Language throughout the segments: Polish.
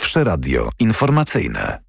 Pierwsze radio informacyjne.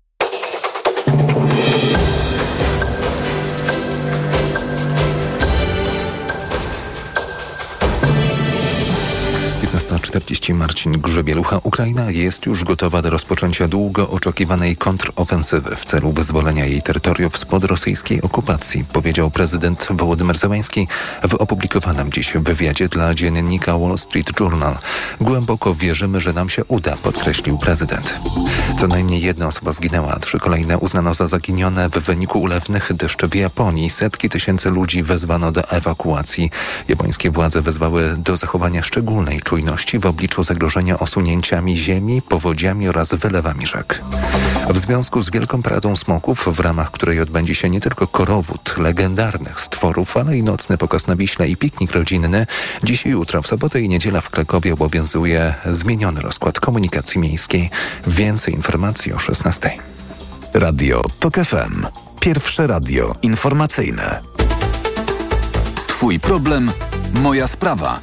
Marcin Grzebielucha. Ukraina jest już gotowa do rozpoczęcia długo oczekiwanej kontrofensywy w celu wyzwolenia jej terytoriów spod rosyjskiej okupacji, powiedział prezydent Wołodymyr Zełenski w opublikowanym dziś wywiadzie dla dziennika Wall Street Journal. Głęboko wierzymy, że nam się uda, podkreślił prezydent. Co najmniej jedna osoba zginęła, a 3 kolejne uznano za zaginione w wyniku ulewnych deszczy w Japonii. Setki tysięcy ludzi wezwano do ewakuacji. Japońskie władze wezwały do zachowania szczególnej czujności w obliczu zagrożenia osunięciami ziemi, powodziami oraz wylewami rzek. W związku z Wielką Paradą Smoków, w ramach której odbędzie się nie tylko korowód legendarnych stworów, ale i nocny pokaz na Wiśle i piknik rodzinny, dziś i jutro, w sobotę i niedzielę w Krakowie obowiązuje zmieniony rozkład komunikacji miejskiej. Więcej informacji o 16:00. Radio TOK FM. Pierwsze radio informacyjne. Twój problem, moja sprawa.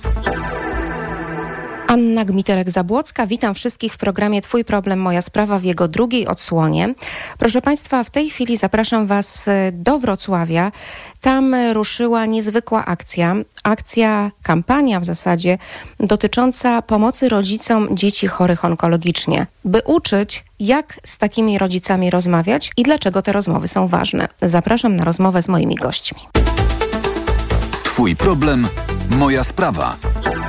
Anna Gmiterek-Zabłocka, witam wszystkich w programie Twój problem, moja sprawa w jego drugiej odsłonie. Proszę Państwa, w tej chwili zapraszam Was do Wrocławia. Tam ruszyła niezwykła kampania w zasadzie dotycząca pomocy rodzicom dzieci chorych onkologicznie, by uczyć, jak z takimi rodzicami rozmawiać i dlaczego te rozmowy są ważne. Zapraszam na rozmowę z moimi gośćmi. Twój problem, moja sprawa.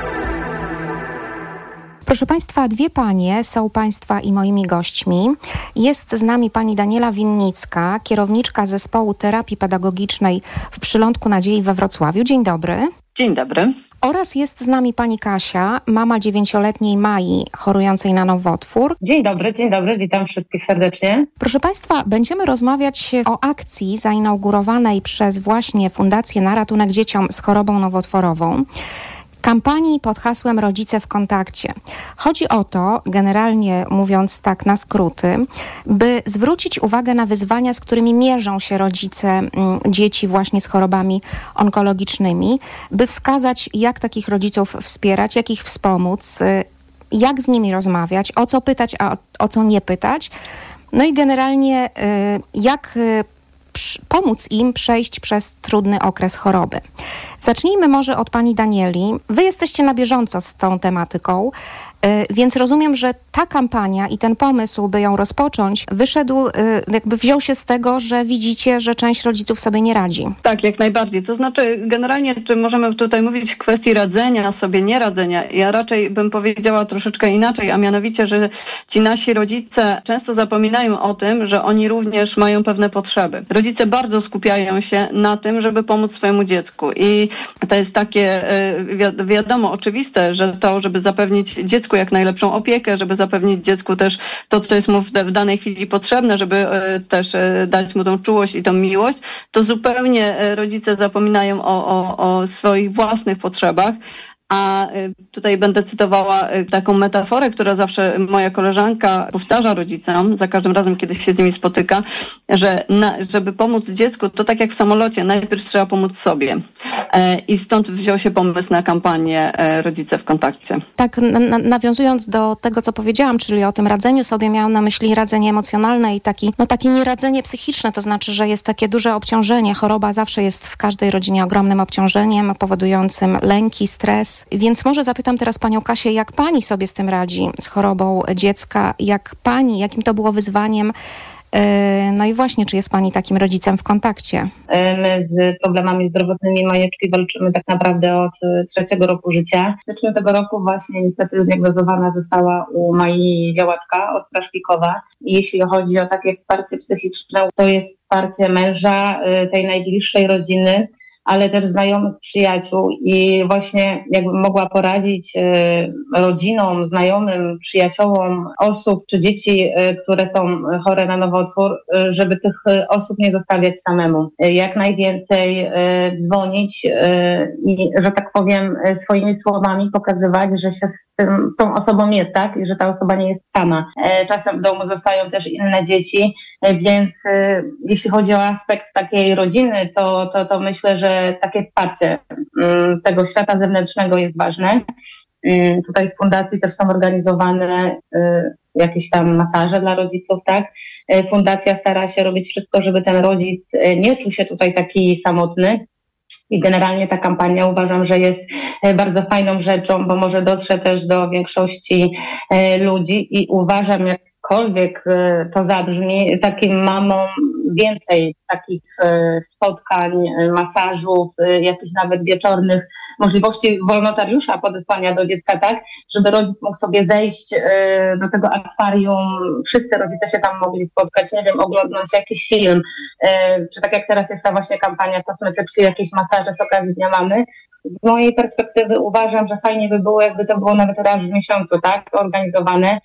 Proszę Państwa, 2 panie są Państwa i moimi gośćmi. Jest z nami pani Daniela Winnicka, kierowniczka zespołu terapii pedagogicznej w Przylądku Nadziei we Wrocławiu. Dzień dobry. Dzień dobry. Oraz jest z nami pani Kasia, mama 9-letniej Mai, chorującej na nowotwór. Dzień dobry, witam wszystkich serdecznie. Proszę Państwa, będziemy rozmawiać o akcji zainaugurowanej przez właśnie Fundację na ratunek dzieciom z chorobą nowotworową. Kampanii pod hasłem Rodzice w kontakcie. Chodzi o to, generalnie mówiąc tak na skróty, by zwrócić uwagę na wyzwania, z którymi mierzą się rodzice dzieci właśnie z chorobami onkologicznymi, by wskazać, jak takich rodziców wspierać, jak ich wspomóc, jak z nimi rozmawiać, o co pytać, a o co nie pytać. No i generalnie jak pomóc im przejść przez trudny okres choroby. Zacznijmy może od pani Danieli. Wy jesteście na bieżąco z tą tematyką, więc rozumiem, że ta kampania i ten pomysł, by ją rozpocząć, wziął się z tego, że widzicie, że część rodziców sobie nie radzi. Tak, jak najbardziej. To znaczy generalnie, czy możemy tutaj mówić w kwestii radzenia sobie, nie radzenia. Ja raczej bym powiedziała troszeczkę inaczej, a mianowicie, że ci nasi rodzice często zapominają o tym, że oni również mają pewne potrzeby. Rodzice bardzo skupiają się na tym, żeby pomóc swojemu dziecku i to jest takie wiadomo, oczywiste, że to, żeby zapewnić dziecku jak najlepszą opiekę, żeby zapewnić dziecku też to, co jest mu w danej chwili potrzebne, żeby też dać mu tą czułość i tą miłość, to zupełnie rodzice zapominają o swoich własnych potrzebach. A tutaj będę cytowała taką metaforę, która zawsze moja koleżanka powtarza rodzicom, za każdym razem, kiedy się z nimi spotyka, że żeby pomóc dziecku, to tak jak w samolocie, najpierw trzeba pomóc sobie. I stąd wziął się pomysł na kampanię Rodzice w kontakcie. Tak, nawiązując do tego, co powiedziałam, czyli o tym radzeniu sobie, miałam na myśli radzenie emocjonalne i takie nieradzenie psychiczne, to znaczy, że jest takie duże obciążenie. Choroba zawsze jest w każdej rodzinie ogromnym obciążeniem, powodującym lęki, stres. Więc może zapytam teraz panią Kasię, jak pani sobie z tym radzi, z chorobą dziecka, jakim to było wyzwaniem? No i właśnie, czy jest pani takim rodzicem w kontakcie? My z problemami zdrowotnymi Majeczki walczymy tak naprawdę od 3. roku życia. W styczniu tego roku właśnie niestety zdiagnozowana została u Mai białaczka ostra szpikowa. I jeśli chodzi o takie wsparcie psychiczne, to jest wsparcie męża, tej najbliższej rodziny, ale też znajomych, przyjaciół i właśnie jakbym mogła poradzić rodzinom, znajomym, przyjaciołom osób czy dzieci, które są chore na nowotwór, żeby tych osób nie zostawiać samemu. Jak najwięcej dzwonić i, że tak powiem, swoimi słowami pokazywać, że się z tą osobą jest, tak? I że ta osoba nie jest sama. Czasem w domu zostają też inne dzieci, więc jeśli chodzi o aspekt takiej rodziny, to myślę, że takie wsparcie tego świata zewnętrznego jest ważne. Tutaj w fundacji też są organizowane jakieś tam masaże dla rodziców, tak? Fundacja stara się robić wszystko, żeby ten rodzic nie czuł się tutaj taki samotny. I generalnie ta kampania uważam, że jest bardzo fajną rzeczą, bo może dotrze też do większości ludzi i uważam, jakkolwiek to zabrzmi, takim mamom więcej takich spotkań, masażów, jakichś nawet wieczornych możliwości wolontariusza podesłania do dziecka, tak, żeby rodzic mógł sobie zejść do tego akwarium, wszyscy rodzice się tam mogli spotkać, nie wiem, oglądnąć jakiś film, czy tak jak teraz jest ta właśnie kampania kosmetyczki, jakieś masaże z okazji Dnia Mamy. Z mojej perspektywy uważam, że fajnie by było, jakby to było nawet raz w miesiącu, tak, organizowane,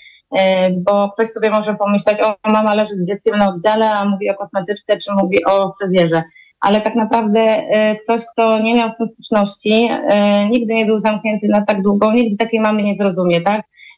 bo ktoś sobie może pomyśleć, o, mama leży z dzieckiem na oddziale, a mówi o kosmetyczce, czy mówi o fryzjerze. Ale tak naprawdę ktoś, kto nie miał z tym styczności, nigdy nie był zamknięty na tak długo, nigdy takiej mamy nie zrozumie, tak?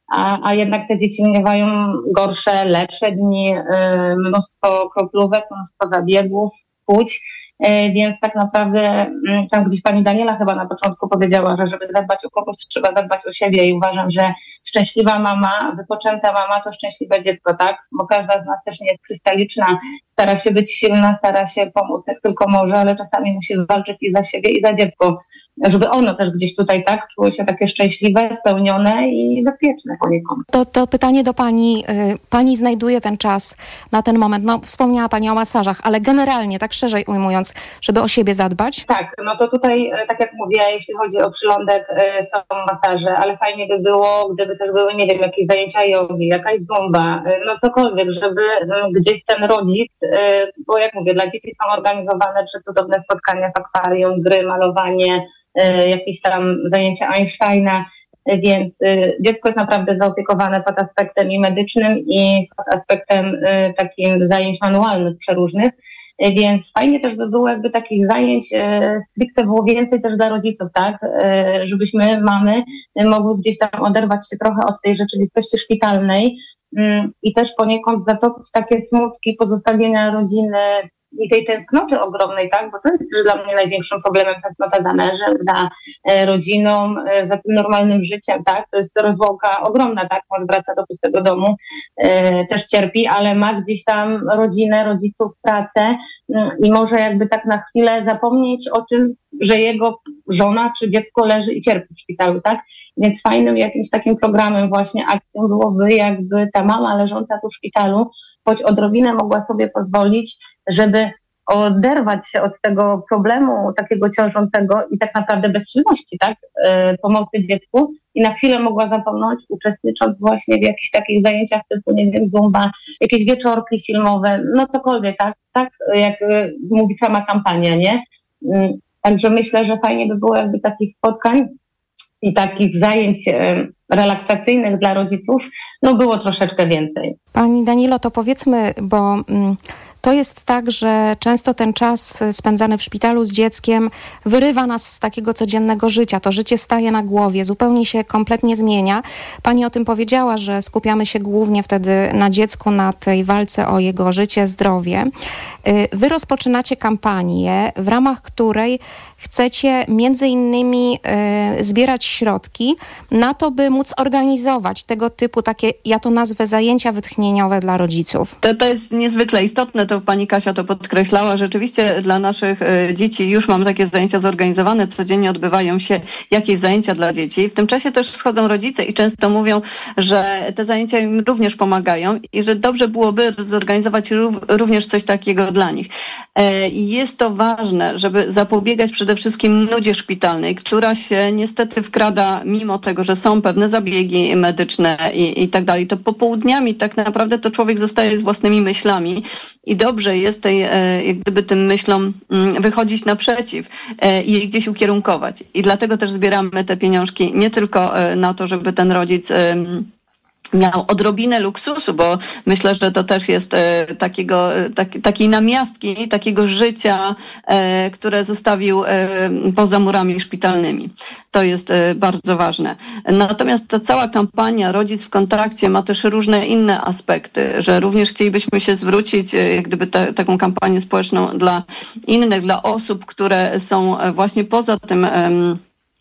A jednak te dzieci miewają gorsze, lepsze dni, mnóstwo kroplówek, mnóstwo zabiegów, płóć. Więc tak naprawdę tam gdzieś pani Daniela chyba na początku powiedziała, że żeby zadbać o kogoś, trzeba zadbać o siebie i uważam, że szczęśliwa mama, wypoczęta mama to szczęśliwe dziecko, tak? Bo każda z nas też nie jest krystaliczna, stara się być silna, stara się pomóc jak tylko może, ale czasami musi walczyć i za siebie i za dziecko, żeby ono też gdzieś tutaj tak czuło się takie szczęśliwe, spełnione i bezpieczne poniekąd. To pytanie do pani. Pani znajduje ten czas na ten moment. No, wspomniała pani o masażach, ale generalnie, tak szerzej ujmując, żeby o siebie zadbać? Tak, no to tutaj, tak jak mówię, jeśli chodzi o przylądek, są masaże, ale fajnie by było, gdyby też były, nie wiem, jakieś zajęcia jogi, jakaś zumba, no cokolwiek, żeby gdzieś ten rodzic, bo jak mówię, dla dzieci są organizowane przecudowne spotkania w akwarium, gry, malowanie, jakieś tam zajęcia Einsteina, więc dziecko jest naprawdę zaopiekowane pod aspektem i medycznym, i pod aspektem takim zajęć manualnych przeróżnych, więc fajnie też by było, jakby takich zajęć stricte było więcej też dla rodziców, tak, żebyśmy, mamy, mogły gdzieś tam oderwać się trochę od tej rzeczywistości szpitalnej i też poniekąd zatopić takie smutki pozostawienia rodziny i tej tęsknoty ogromnej, tak, bo to jest też dla mnie największym problemem, tęsknota za mężem, za rodziną, za tym normalnym życiem, tak, to jest rozwłoka ogromna, tak, mąż wraca do pustego domu, też cierpi, ale ma gdzieś tam rodzinę, rodziców, pracę i może jakby tak na chwilę zapomnieć o tym, że jego żona czy dziecko leży i cierpi w szpitalu, tak, więc fajnym jakimś takim programem właśnie, akcją byłoby, jakby ta mama leżąca tu w szpitalu choć odrobinę mogła sobie pozwolić, żeby oderwać się od tego problemu takiego ciążącego i tak naprawdę bezsilności, tak, pomocy dziecku i na chwilę mogła zapomnieć, uczestnicząc właśnie w jakichś takich zajęciach typu, nie wiem, zumba, jakieś wieczorki filmowe, no cokolwiek, tak jak mówi sama kampania, nie? Także myślę, że fajnie by było jakby takich spotkań i takich zajęć relaksacyjnych dla rodziców, no było troszeczkę więcej. Pani Danilo, to powiedzmy, bo to jest tak, że często ten czas spędzany w szpitalu z dzieckiem wyrywa nas z takiego codziennego życia. To życie staje na głowie, zupełnie się kompletnie zmienia. Pani o tym powiedziała, że skupiamy się głównie wtedy na dziecku, na tej walce o jego życie, zdrowie. Wy rozpoczynacie kampanię, w ramach której chcecie między innymi zbierać środki na to, by móc organizować tego typu takie, ja to nazwę, zajęcia wytchnieniowe dla rodziców. To jest niezwykle istotne, to pani Kasia to podkreślała. Rzeczywiście dla naszych dzieci już mamy takie zajęcia zorganizowane, codziennie odbywają się jakieś zajęcia dla dzieci. W tym czasie też schodzą rodzice i często mówią, że te zajęcia im również pomagają i że dobrze byłoby zorganizować również coś takiego dla nich. I jest to ważne, żeby zapobiegać przede wszystkim nudzie szpitalnej, która się niestety wkrada, mimo tego, że są pewne zabiegi medyczne i tak dalej, to popołudniami tak naprawdę to człowiek zostaje z własnymi myślami i dobrze jest jak gdyby tym myślom wychodzić naprzeciw i je gdzieś ukierunkować. I dlatego też zbieramy te pieniążki nie tylko na to, żeby ten rodzic miał odrobinę luksusu, bo myślę, że to też jest takiej namiastki, takiego życia, które zostawił poza murami szpitalnymi. To jest bardzo ważne. Natomiast ta cała kampania Rodzic w kontakcie ma też różne inne aspekty, że również chcielibyśmy się zwrócić jak gdyby taką kampanię społeczną dla innych, dla osób, które są właśnie poza tym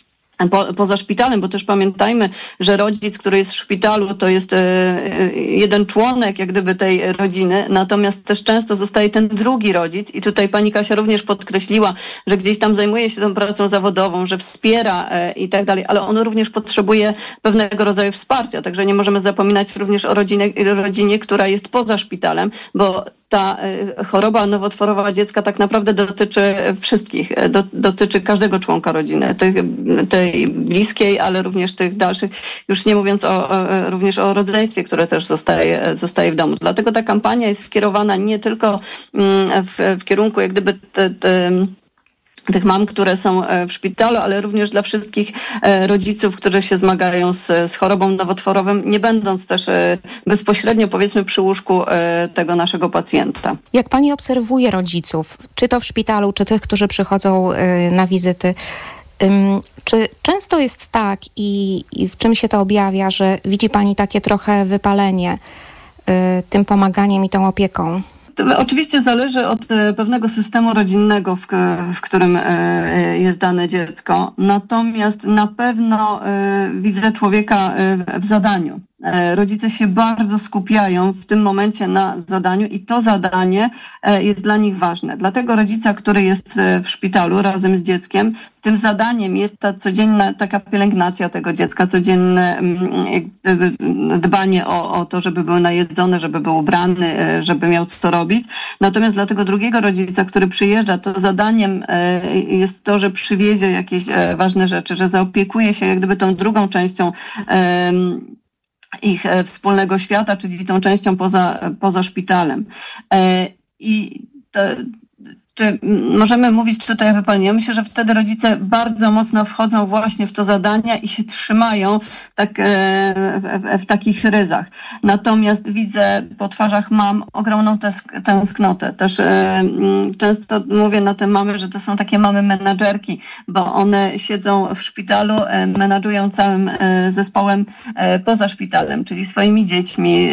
poza szpitalem, bo też pamiętajmy, że rodzic, który jest w szpitalu, to jest jeden członek jak gdyby tej rodziny, natomiast też często zostaje ten drugi rodzic i tutaj pani Kasia również podkreśliła, że gdzieś tam zajmuje się tą pracą zawodową, że wspiera i tak dalej, ale on również potrzebuje pewnego rodzaju wsparcia, także nie możemy zapominać również o rodzinie, która jest poza szpitalem, bo ta choroba nowotworowa dziecka tak naprawdę dotyczy wszystkich, dotyczy każdego członka rodziny, tej bliskiej, ale również tych dalszych, już nie mówiąc również o rodzeństwie, które też zostaje w domu. Dlatego ta kampania jest skierowana nie tylko w kierunku jak gdyby tych mam, które są w szpitalu, ale również dla wszystkich rodziców, którzy się zmagają z chorobą nowotworową, nie będąc też bezpośrednio, powiedzmy, przy łóżku tego naszego pacjenta. Jak pani obserwuje rodziców, czy to w szpitalu, czy tych, którzy przychodzą na wizyty, czy często jest tak i w czym się to objawia, że widzi pani takie trochę wypalenie tym pomaganiem i tą opieką? To oczywiście zależy od pewnego systemu rodzinnego, w którym jest dane dziecko. Natomiast na pewno widzę człowieka w zadaniu. Rodzice się bardzo skupiają w tym momencie na zadaniu i to zadanie jest dla nich ważne. Dlatego rodzica, który jest w szpitalu razem z dzieckiem, tym zadaniem jest ta codzienna taka pielęgnacja tego dziecka, codzienne dbanie o to, żeby był najedzony, żeby był ubrany, żeby miał co robić. Natomiast dla tego drugiego rodzica, który przyjeżdża, to zadaniem jest to, że przywiezie jakieś ważne rzeczy, że zaopiekuje się jak gdyby tą drugą częścią ich wspólnego świata, czyli tą częścią poza szpitalem. I czy możemy mówić tutaj o wypaleniu? Ja myślę, że wtedy rodzice bardzo mocno wchodzą właśnie w to zadania i się trzymają tak w takich ryzach. Natomiast widzę po twarzach mam ogromną tęsknotę. Też często mówię na te mamy, że to są takie mamy menadżerki, bo one siedzą w szpitalu, menadżują całym zespołem poza szpitalem, czyli swoimi dziećmi,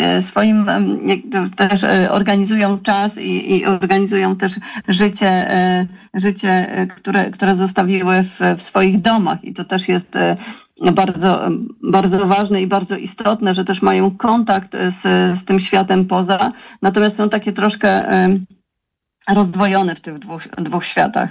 też organizują czas i organizują też życie, które zostawiły w swoich domach i to też jest bardzo, bardzo ważne i bardzo istotne, że też mają kontakt z tym światem poza, natomiast są takie troszkę rozdwojone w tych dwóch światach.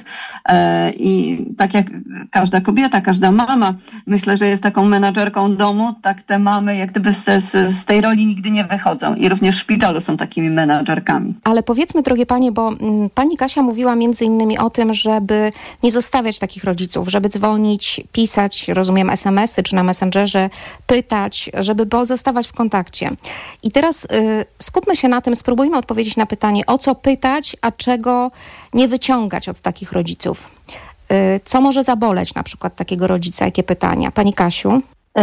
I tak jak każda kobieta, każda mama, myślę, że jest taką menadżerką domu, tak te mamy jak gdyby z tej roli nigdy nie wychodzą. I również w szpitalu są takimi menadżerkami. Ale powiedzmy, drogie panie, bo pani Kasia mówiła między innymi o tym, żeby nie zostawiać takich rodziców, żeby dzwonić, pisać, rozumiem, SMS-y czy na Messengerze, pytać, żeby pozostawać w kontakcie. I teraz skupmy się na tym, spróbujmy odpowiedzieć na pytanie, o co pytać, a czego nie wyciągać od takich rodziców. Co może zaboleć na przykład takiego rodzica? Jakie pytania? Pani Kasiu?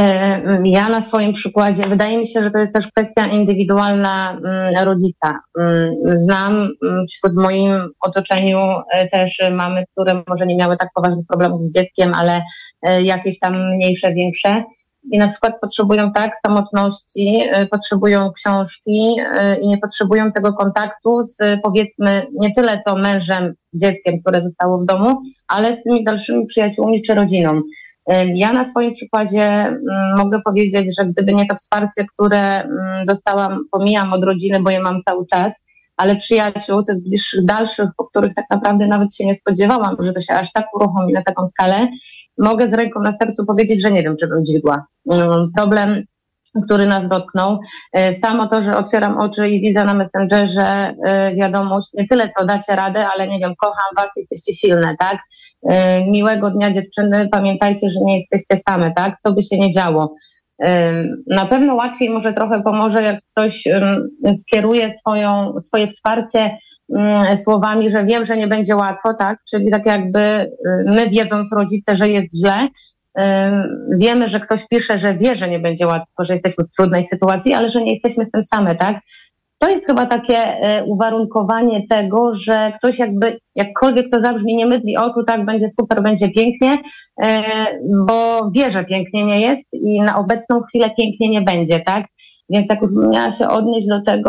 Ja na swoim przykładzie, wydaje mi się, że to jest też kwestia indywidualna rodzica. Znam wśród moim otoczeniu też mamy, które może nie miały tak poważnych problemów z dzieckiem, ale jakieś tam mniejsze, większe. I na przykład potrzebują samotności, potrzebują książki i nie potrzebują tego kontaktu z, powiedzmy, nie tyle co mężem, dzieckiem, które zostało w domu, ale z tymi dalszymi przyjaciółmi czy rodziną. Ja na swoim przykładzie mogę powiedzieć, że gdyby nie to wsparcie, które dostałam, pomijam od rodziny, bo je mam cały czas, ale przyjaciół, tych bliższych, dalszych, po których tak naprawdę nawet się nie spodziewałam, że to się aż tak uruchomi na taką skalę, mogę z ręką na sercu powiedzieć, że nie wiem, czy bym dźwigła. Problem, który nas dotknął, samo to, że otwieram oczy i widzę na Messengerze wiadomość, nie tyle co dacie radę, ale nie wiem, kocham was, jesteście silne, tak? Miłego dnia dziewczyny, pamiętajcie, że nie jesteście same, tak? Co by się nie działo. Na pewno łatwiej może trochę pomoże, jak ktoś skieruje swoje wsparcie słowami, że wiem, że nie będzie łatwo, tak? Czyli tak jakby my, wiedząc rodzice, że jest źle, wiemy, że ktoś pisze, że wie, że nie będzie łatwo, że jesteśmy w trudnej sytuacji, ale że nie jesteśmy z tym same, tak? To jest chyba takie uwarunkowanie tego, że ktoś jakby, jakkolwiek to zabrzmi, nie mydli oczu, tak, będzie super, będzie pięknie, bo wie, że pięknie nie jest i na obecną chwilę pięknie nie będzie, tak? Więc jak już miała się odnieść do tego,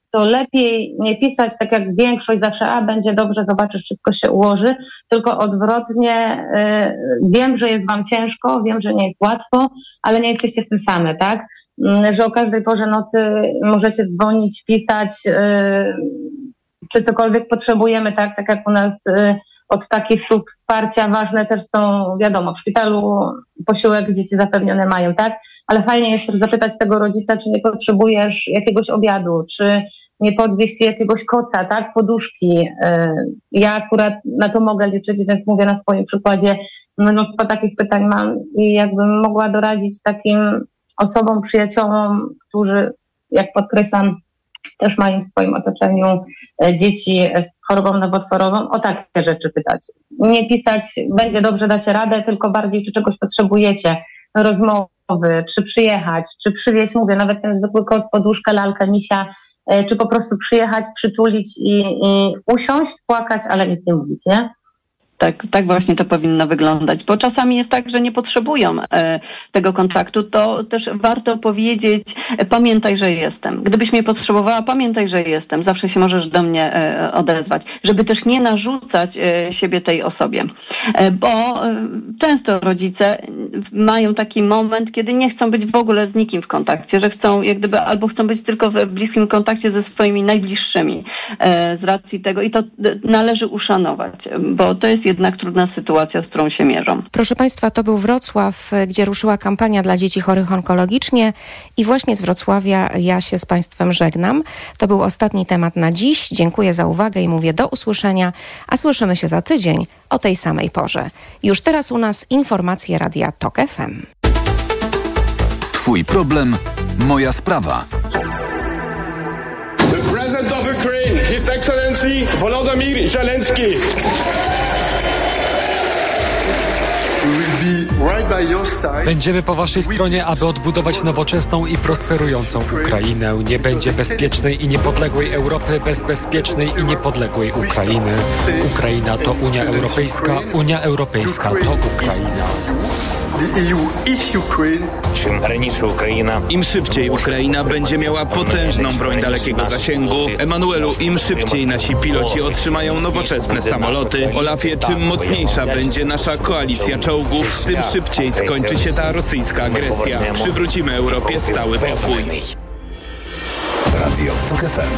to lepiej nie pisać tak jak większość zawsze, będzie dobrze, zobaczysz, wszystko się ułoży, tylko odwrotnie, wiem, że jest wam ciężko, wiem, że nie jest łatwo, ale nie jesteście w tym same, tak? Że o każdej porze nocy możecie dzwonić, pisać, czy cokolwiek potrzebujemy, tak jak u nas od takich słów wsparcia ważne też są, wiadomo, w szpitalu posiłek dzieci zapewnione mają, tak? Ale fajnie jest też zapytać tego rodzica, czy nie potrzebujesz jakiegoś obiadu, czy nie podwieźć jakiegoś koca, tak? Poduszki. Ja akurat na to mogę liczyć, więc mówię na swoim przykładzie, mnóstwo takich pytań mam i jakbym mogła doradzić takim osobom, przyjaciołom, którzy, jak podkreślam, też mają w swoim otoczeniu dzieci z chorobą nowotworową, o takie rzeczy pytać. Nie pisać, będzie dobrze, dacie radę, tylko bardziej, czy czegoś potrzebujecie, rozmowy, czy przyjechać, czy przywieźć, mówię, nawet ten zwykły kot, poduszkę, lalkę, misia, czy po prostu przyjechać, przytulić i usiąść, płakać, ale nic nie mówić, nie? Tak właśnie to powinno wyglądać, bo czasami jest tak, że nie potrzebują tego kontaktu, to też warto powiedzieć, pamiętaj, że jestem. Gdybyś mnie potrzebowała, pamiętaj, że jestem. Zawsze się możesz do mnie odezwać, żeby też nie narzucać siebie tej osobie, bo często rodzice mają taki moment, kiedy nie chcą być w ogóle z nikim w kontakcie, że chcą jak gdyby albo chcą być tylko w bliskim kontakcie ze swoimi najbliższymi z racji tego i to należy uszanować, bo to jest jednak trudna sytuacja, z którą się mierzą. Proszę Państwa, to był Wrocław, gdzie ruszyła kampania dla dzieci chorych onkologicznie i właśnie z Wrocławia ja się z Państwem żegnam. To był ostatni temat na dziś. Dziękuję za uwagę i mówię do usłyszenia, a słyszymy się za tydzień o tej samej porze. Już teraz u nas informacje Radia TOK FM. Twój problem, moja sprawa. The President of Ukraine, His Excellency Volodymyr Zelensky. Będziemy po waszej stronie, aby odbudować nowoczesną i prosperującą Ukrainę. Nie będzie bezpiecznej i niepodległej Europy bez bezpiecznej i niepodległej Ukrainy. Ukraina to Unia Europejska, Unia Europejska to Ukraina. Im szybciej Ukraina będzie miała potężną broń dalekiego zasięgu. Emanuelu, im szybciej nasi piloci otrzymają nowoczesne samoloty. Olafie, czym mocniejsza będzie nasza koalicja czołgów, tym szybciej skończy się ta rosyjska agresja. Przywrócimy Europie stały pokój. Radio TOK FM.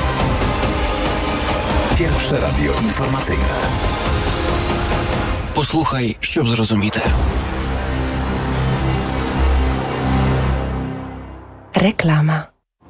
Pierwsze radio informacyjne. Posłuchaj, щоб зрозуміти. Reklama.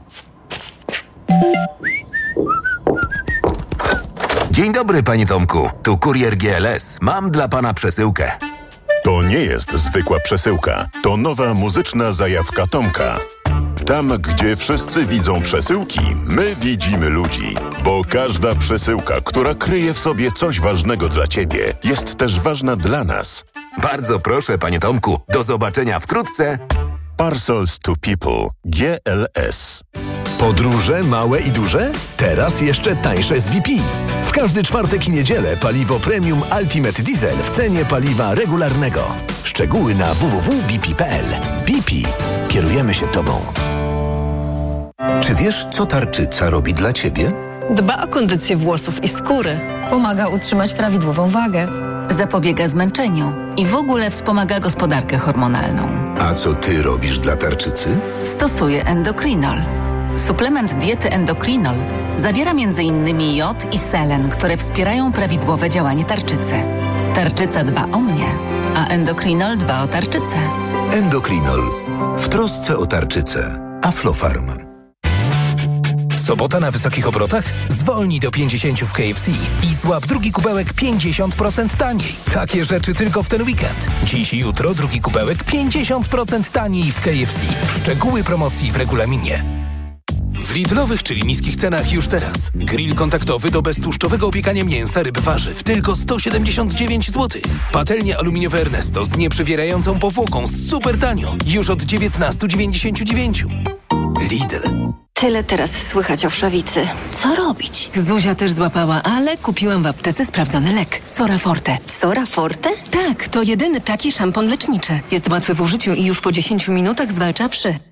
Dzień dobry, panie Tomku. Tu kurier GLS. Mam dla pana przesyłkę. To nie jest zwykła przesyłka. To nowa muzyczna zajawka Tomka. Tam, gdzie wszyscy widzą przesyłki, my widzimy ludzi. Bo każda przesyłka, która kryje w sobie coś ważnego dla ciebie, jest też ważna dla nas. Bardzo proszę, panie Tomku. Do zobaczenia wkrótce. Parcels to People. GLS. Podróże małe i duże? Teraz jeszcze tańsze z BP. W każdy czwartek i niedzielę paliwo Premium Ultimate Diesel w cenie paliwa regularnego. Szczegóły na www.bp.pl. BP. Kierujemy się Tobą. Czy wiesz, co tarczyca robi dla ciebie? Dba o kondycję włosów i skóry. Pomaga utrzymać prawidłową wagę. Zapobiega zmęczeniu i w ogóle wspomaga gospodarkę hormonalną. A co ty robisz dla tarczycy? Stosuję Endokrinol. Suplement diety Endokrinol zawiera m.in. jod i selen, które wspierają prawidłowe działanie tarczycy. Tarczyca dba o mnie, a Endokrinol dba o tarczycę. Endokrinol. W trosce o tarczycę. Aflofarm. Sobota na wysokich obrotach? Zwolnij do 50 w KFC i złap drugi kubełek 50% taniej. Takie rzeczy tylko w ten weekend. Dziś i jutro drugi kubełek 50% taniej w KFC. Szczegóły promocji w regulaminie. W Lidlowych, czyli niskich cenach już teraz. Grill kontaktowy do beztłuszczowego opiekania mięsa, ryb, warzyw tylko 179 zł. Patelnia aluminiowa Ernesto z nieprzewierającą powłoką super tanio. Już od 19,99. Lidl. Tyle teraz słychać o wszawicy. Co robić? Zuzia też złapała, ale kupiłam w aptece sprawdzony lek. Sora Forte. Sora Forte? Tak, to jedyny taki szampon leczniczy. Jest łatwy w użyciu i już po 10 minutach zwalcza wszy.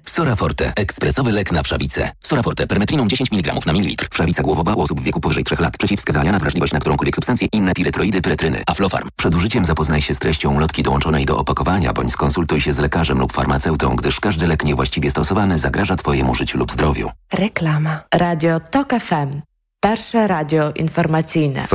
Soraforte. Ekspresowy lek na wszawicę. Soraforte. Permetriną 10 mg na mililitr. Wszawica głowowa u osób w wieku powyżej 3 lat. Przeciwwskazania na wrażliwość na którąkolwiek substancję. Inne piretroidy, pyretryny. Aflofarm. Przed użyciem zapoznaj się z treścią ulotki dołączonej do opakowania, bądź skonsultuj się z lekarzem lub farmaceutą, gdyż każdy lek niewłaściwie stosowany zagraża Twojemu życiu lub zdrowiu. Reklama. Radio TOK FM. Pierwsze radio informacyjne.